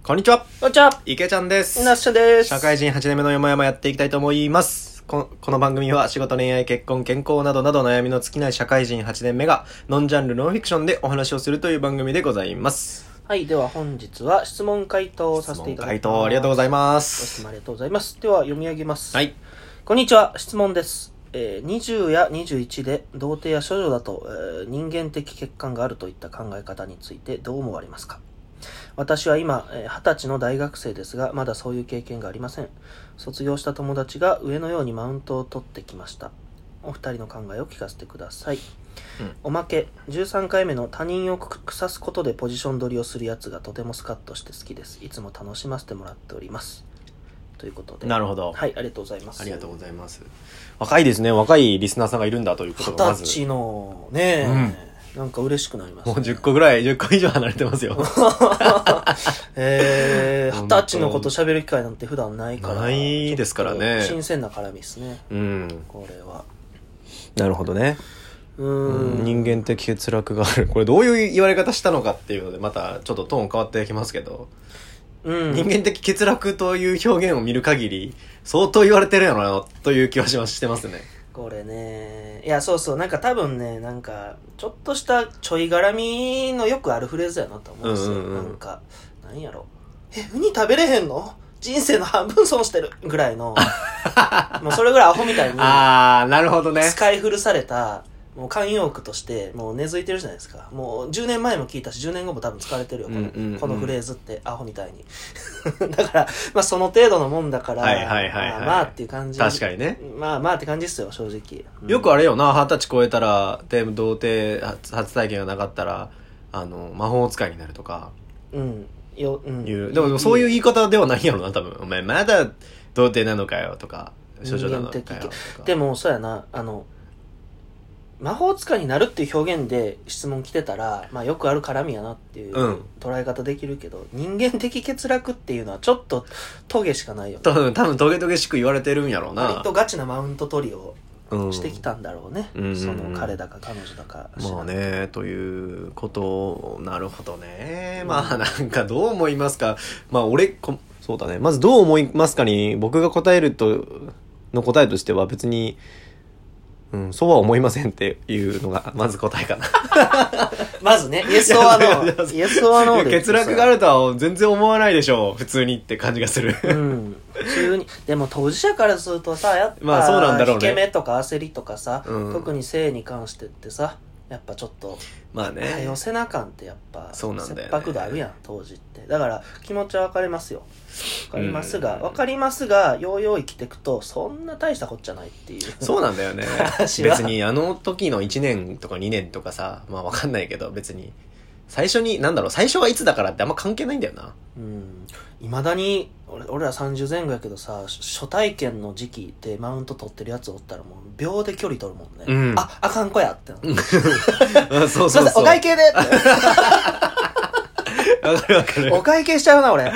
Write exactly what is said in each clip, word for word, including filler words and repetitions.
こんにちは。 こんにちは。 池ちゃんです。 なっしゃです。 社会人はちねんめのよもやまやっていきたいと思います。この、この番組は仕事、恋愛、結婚、健康などなど悩みの尽きない社会人はちねんめがノンジャンルノンフィクションでお話をするという番組でございます。 はい。では本日は質問回答をさせていただきます。 質問回答ありがとうございまごす。 質問ありがとうございます。では読み上げます。 はい。 こんにちは。質問です。えー、にじゅうやにじゅういちで童貞や処女だと、えー、人間的欠陥があるといった考え方についてどう思われますか？私は今、えー、はたちの大学生ですが、まだそういう経験がありません。卒業した友達が上のようにマウントを取ってきました。お二人の考えを聞かせてください。うん、おまけ、じゅうさんかいめの他人を腐すことでポジション取りをするやつがとてもスカッとして好きです。いつも楽しませてもらっております。ということで。 なるほど。 はい、ありがとうございます。 ありがとうございます。若いですね。若いリスナーさんがいるんだということがまず。 はたちのね、うんなんか嬉しくなります、ね。 もうじゅっこぐらい、じゅっこ以上離れてますよ。 えー、はたちのこと喋る機会なんて普段ないから。 ないですからね。 新鮮な絡みですね。 うん。 これは。 なるほどね。 うーん。 人間的欠落がある。これどういう言われ方したのかっていうので、またちょっとトーン変わってきますけど。うん、人間的欠落という表現を見る限り、相当言われてるやろな、という気はしましてますね。 これね、いやそうそうなんか多分ねなんかちょっとしたちょい絡みのよくあるフレーズやなと思うんですよ、うんうんうん、なんかなんやろえウニ食べれへんの人生の半分損してるぐらいのもうそれぐらいアホみたいにあーなるほどね使い古されたもう慣用句としてもう根付いてるじゃないですか。もうじゅうねんまえも聞いたしじゅうねんごも多分使われてるよこの、うんうんうん、このフレーズってアホみたいにだからまあその程度のもんだから、 はいはいはいはい、 まあまあっていう感じ。 確かにね。 まあまあって感じですよ正直、 うん、よくあれよな二十歳超えたらで童貞初体験がなかったらあの魔法使いになるとかうんよ、うん、 いう。でもそういう言い方ではないやろな多分。お前まだ童貞なのかよとか少女なのかよとか。 でもそうやなあの魔法使いになるっていう表現で質問来てたら、まあよくある絡みやなっていう捉え方できるけど、うん、人間的欠落っていうのはちょっとトゲしかないよね。 多分、多分トゲトゲしく言われてるんやろうな。 割とガチなマウント取りをしてきたんだろうね。うん、その彼だか彼女だか。 まあね、ということ、なるほどね。まあなんかどう思いますか。まあ俺、こそうだね。まずどう思いますかに僕が答えると、の答えとしては別に、うん、そうは思いませんっていうのがまず答えかなまずねイエスオアノーイエスオアノーで欠落があるとは全然思わないでしょう普通にって感じがするうん普通にでも当事者からするとさやっぱ、 まあそうなんだろうね、 引け目とか焦りとかさ、うん、特に性に関してってさやっぱちょっとまあね多様せな感ってやっぱそうなんだよね、 切迫度あるやん当時ってだから気持ちは分かりますよ分かりますが、うん、分かりますがようよう生きていくとそんな大したこっちゃないっていうそうなんだよね別にあの時のいちねんとかにねんとかさまあ分かんないけど別に最初になんだろう最初はいつだからってあんま関係ないんだよな。 うんいまだに 俺, 俺らさんじゅうぜん後やけどさ初体験の時期でマウント取ってるやつおったらもう秒で距離取るもんね、うん、ああかん子やってそうそうそうお会計でってわかるわかるお会計しちゃうな俺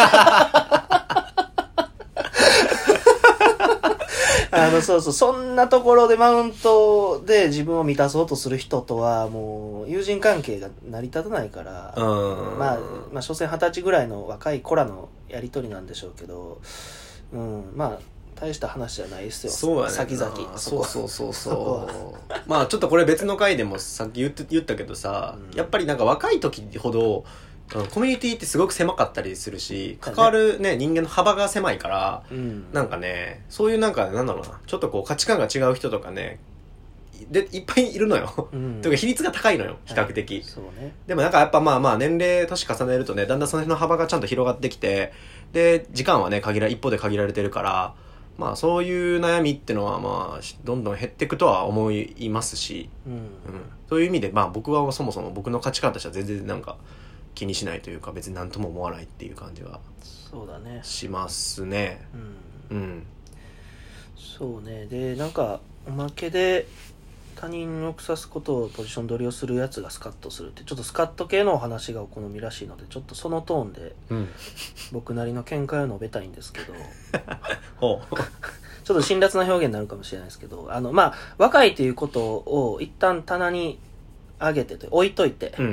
あのそうそうそんなところでマウントで自分を満たそうとする人とはもう友人関係が成り立たないから、うんまあまあ所詮二十歳ぐらいの若い子らのやり取りなんでしょうけど、うんまあ大した話じゃないですよ。 そうやね先々 そうそうそうそうまあちょっとこれ別の回でもさっき言って言ったけどさ、うん、やっぱりなんか若い時ほどコミュニティってすごく狭かったりするし関わるね人間の幅が狭いから、うん、なんかねそういうなんかなんだろうなちょっとこう価値観が違う人とかねでいっぱいいるのよ、うん、というか比率が高いのよ比較的、はいそうね、でもなんかやっぱまあまあ年齢年重ねるとねだんだんその辺の幅がちゃんと広がってきてで時間はね限ら一方で限られてるからまあそういう悩みってのはまあどんどん減っていくとは思いますし、うんうん、そういう意味でまあ僕はそもそも僕の価値観としては全然なんか気にしないというか別に何とも思わないっていう感じはそうだねしますね。うん、うん、 そうねでなんかおまけで他人を腐すことをポジション取りをするやつがスカッとするってちょっとスカッと系のお話がお好みらしいのでちょっとそのトーンで僕なりの見解を述べたいんですけど、うん、 ほうちょっと辛辣な表現になるかもしれないですけどあのまあ若いということを一旦棚に上げてと置いといて、うん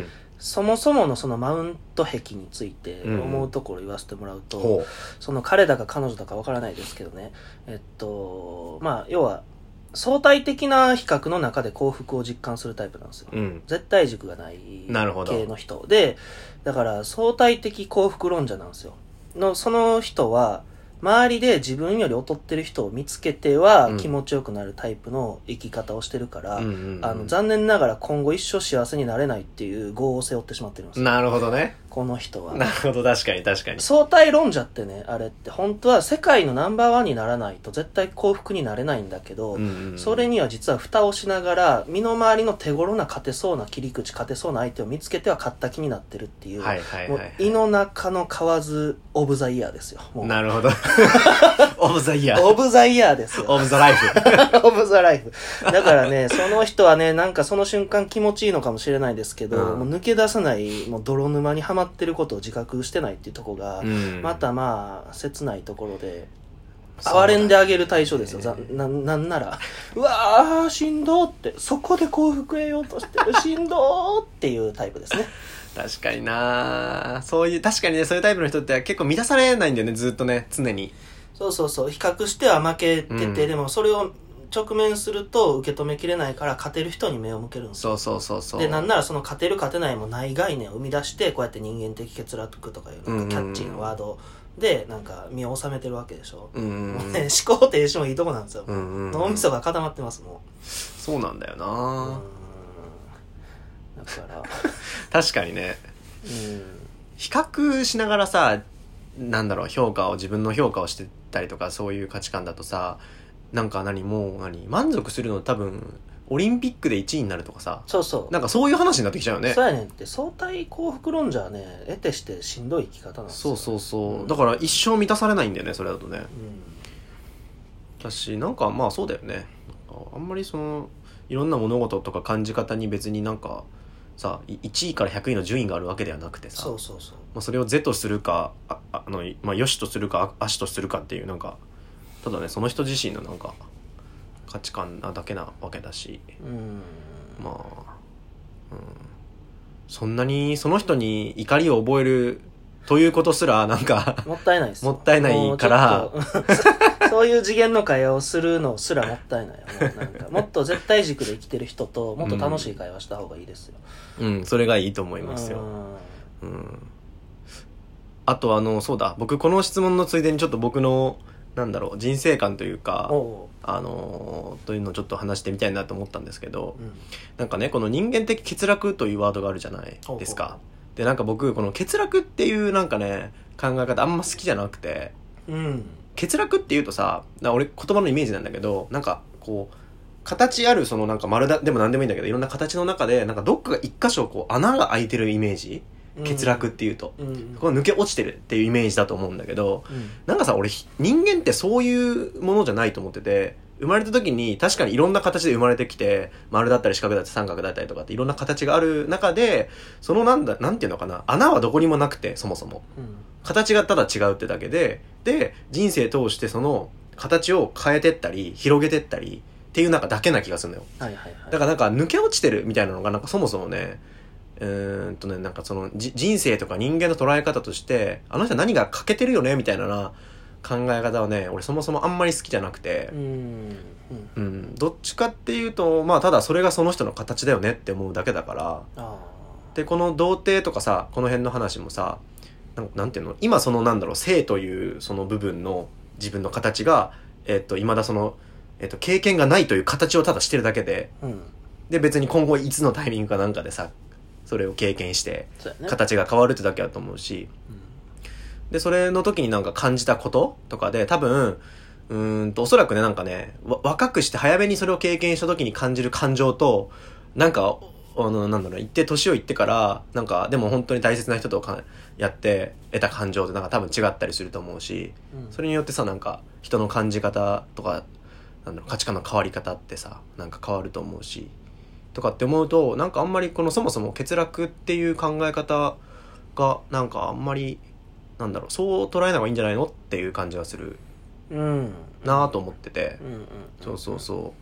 そもそものそのマウント壁について思うところを言わせてもらうと、 ほうその彼だか彼女だかわからないですけどね、えっとまあ要は相対的な比較の中で幸福を実感するタイプなんですよ、 うん絶対軸がないなるほど系の人で、だから相対的幸福論者なんですよの。その人は周りで自分より劣ってる人を見つけてはうん気持ちよくなるタイプの生き方をしてるから、 うんうんうんあの残念ながら今後一生幸せになれないっていう業を背負ってしまってるんですよ、 なるほどね。 この人は。 なるほど、確かに確かに。 相対論者ってね、あれって本当は世界のナンバーワンにならないと絶対幸福になれないんだけど、 うんうんうんそれには実は蓋をしながら身の回りの手頃な勝てそうな切り口勝てそうな相手を見つけては勝った気になってるっていう、 はいはいもうはいはい胃の中の蛙オブザイヤーですよ。もうなるほど。オブザイヤー。 オブザイヤーですよ。 オブザライフ。 オブザライフ。だからね、その人はね、なんかその瞬間気持ちいいのかもしれないですけど、 うんもう抜け出さない、もう泥沼にはまってることを自覚してないっていうところが、 うんまたまあ、切ないところで、 そうだね哀れんであげる対象ですよ。ざな、なんなら、うわー、しんどーって、そこで幸福得ようとしてる、しんどーっていうタイプですね。 確かになそういう、確かにね、そういうタイプの人って結構満たされないんだよね、ずっとね、常に。 そうそうそう、比較しては負けてて、 うんでもそれを直面すると受け止めきれないから勝てる人に目を向けるんですよ。 そうそうそうそう。 で、なんならその勝てる勝てないもない概念を生み出して、こうやって人間的欠落とかいうなんかキャッチーなワードでなんか身を収めてるわけでしょ。 うんうんもうね、思考停止もいいとこなんですよ。 うんうんうん脳みそが固まってますもそうなんだよう。 なうんだから、 確かにね。 うん、 比較しながらさ、なんだろう、評価を、自分の評価をしてたりとか、そういう価値観だとさ、なんか何、もう何、満足するの多分、オリンピックでいちいになるとかさ、 そうそう。 なんかそういう話になってきちゃうよね。 そうやねんって、相対幸福論者はね、得てしてしんどい生き方なんですよ。 そうそうそう、 うんだから一生満たされないんだよね、それだとね。 うん私なんかまあそうだよね、なんかあんまりそのいろんな物事とか感じ方に別になんかさいいちいからひゃくいの順位があるわけではなくてさ、 そうそうそう。 まあ、それを是とするかああの、まあ、よしとするかあ悪しとするかっていうなんかただねその人自身のなんか価値観なだけなわけだし、 うん。 まあ、うん、そんなにその人に怒りを覚えるということすらなんかもったいないですよ。 もったいないからもうちょっとそういう次元の会話をするのすらもったいないよ。もうなんかもっと絶対軸で生きてる人ともっと楽しい会話した方がいいですよ。 うんそれがいいと思いますよ。 うんうんあとあのそうだ僕この質問のついでにちょっと僕のなんだろう人生観というかおうあのーというのをちょっと話してみたいなと思ったんですけど、 うんなんかねこの人間的欠落というワードがあるじゃないですか。でなんか僕この欠落っていうなんかね考え方あんま好きじゃなくて、 うん欠落っていうとさな俺言葉のイメージなんだけどなんかこう形あるそのなんか丸だでも何でもいいんだけどいろんな形の中でなんかどっかが一箇所こう穴が開いてるイメージ、欠落っていうと、 うんこう抜け落ちてるっていうイメージだと思うんだけど、 うんなんかさ俺人間ってそういうものじゃないと思ってて、生まれた時に確かにいろんな形で生まれてきて丸だったり四角だったり三角だったりとかっていろんな形がある中でそのなんだなんていうのかな穴はどこにもなくてそもそもうん形がただ違うってだけでで人生通してその形を変えてったり広げてったりっていうなんかだけな気がするのよ。 はいはいはい。 だからなんか抜け落ちてるみたいなのがなんかそもそもねうーんとねなんかそのじ人生とか人間の捉え方としてあの人は何が欠けてるよねみたいなな考え方はね俺そもそもあんまり好きじゃなくてう、んうんうん、どっちかっていうとまあただそれがその人の形だよねって思うだけだからあでこの童貞とかさこの辺の話もさなんなんていうの今そのなんだろう性というその部分の自分の形がえっと未だそのえっと経験がないという形をただしてるだけであうんで別に今後いつのタイミングかなんかでさそれを経験してそうやね。 形が変わるってだけだと思うしでそれの時になんか感じたこととかで多分うーんとおそらくねなんかねわ若くして早めにそれを経験した時に感じる感情となんかあのなんだろう一定年をいってからなんかでも本当に大切な人とかやって得た感情ってなんか多分違ったりすると思うしうんそれによってさなんか人の感じ方とかなんだろう価値観の変わり方ってさなんか変わると思うしとかって思うとなんかあんまりこのそもそも欠落っていう考え方がなんかあんまりなんだろうそう捉えない方がいいんじゃないのっていう感じがするうんなぁと思ってて、 うんうんそうそうそう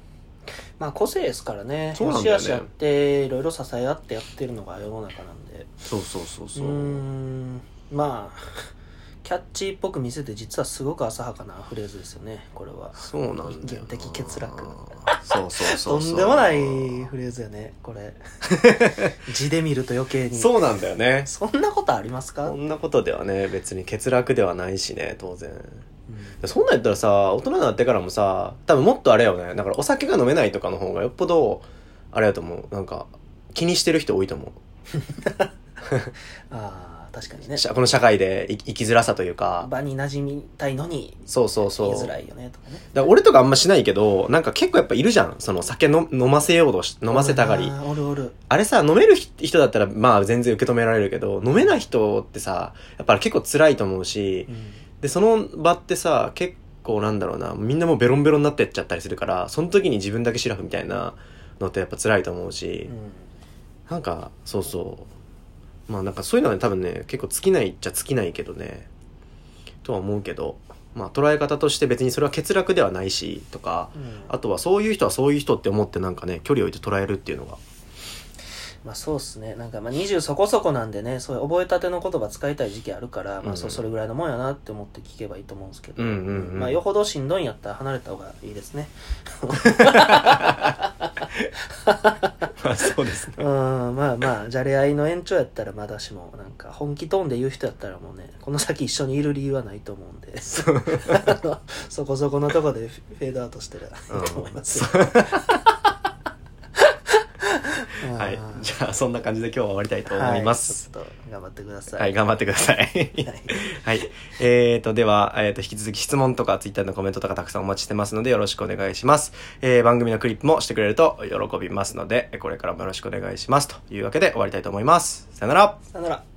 まあ個性ですからね。 そうなんだよね良し悪しあっていろいろ支え合ってやってるのが世の中なんで。 そうそうそうそううーんまあキャッチーっぽく見せて実はすごく浅はかなフレーズですよねこれは。 そうなんだよな。 人間的欠落。 そうそうそうそうとんでもないフレーズやねこれ。字で見ると余計に。 そうなんだよね。 そんなことありますか？ そんなことではね別に欠落ではないしね当然、うん、そんなんやったらさ大人になってからもさ多分もっとあれよねだからお酒が飲めないとかの方がよっぽどあれやと思うなんか気にしてる人多いと思う。 ああ確かにね。 この社会で生きづらさというか場に馴染みたいのにそうそうそう言いづらいよねとかね。 だから俺とかあんましないけどなんか結構やっぱいるじゃんその酒の飲ませようとし飲ませたがり。 おるおる。 あれさ飲める人だったらまあ全然受け止められるけど飲めない人ってさやっぱり結構辛いと思うし、うん、でその場ってさ結構なんだろうなみんなもうベロンベロンになってっちゃったりするからその時に自分だけシラフみたいなのってやっぱ辛いと思うし、うん、なんかそうそうまあなんかそういうのは、ね、多分ね結構尽きないっちゃ尽きないけどねとは思うけどまあ捉え方として別にそれは欠落ではないしとか、うん、あとはそういう人はそういう人って思ってなんかね距離を置いて捉えるっていうのがまあそうっすねなんかまあにじゅうそこそこなんでねそういう覚えたての言葉使いたい時期あるから、うん、まあそそれぐらいのもんやなって思って聞けばいいと思うんですけど、うんうんうん、まあよほどしんどいんやったら離れた方がいいですね。 まあそうですね。 うんまあまあじゃれ合いの延長やったらまだしもなんか本気トーンで言う人やったらもうねこの先一緒にいる理由はないと思うんでそこそこのとこでフェードアウトしてるいいと思います、うんはい、じゃあそんな感じで今日は終わりたいと思います。 はい、ちょっと頑張ってください。 はい、頑張ってください。はい、はい、えーとでは、えーと引き続き質問とかツイッターのコメントとかたくさんお待ちしてますのでよろしくお願いします。えー、番組のクリップもしてくれると喜びますのでこれからもよろしくお願いしますというわけで終わりたいと思います。さよなら。 さよなら。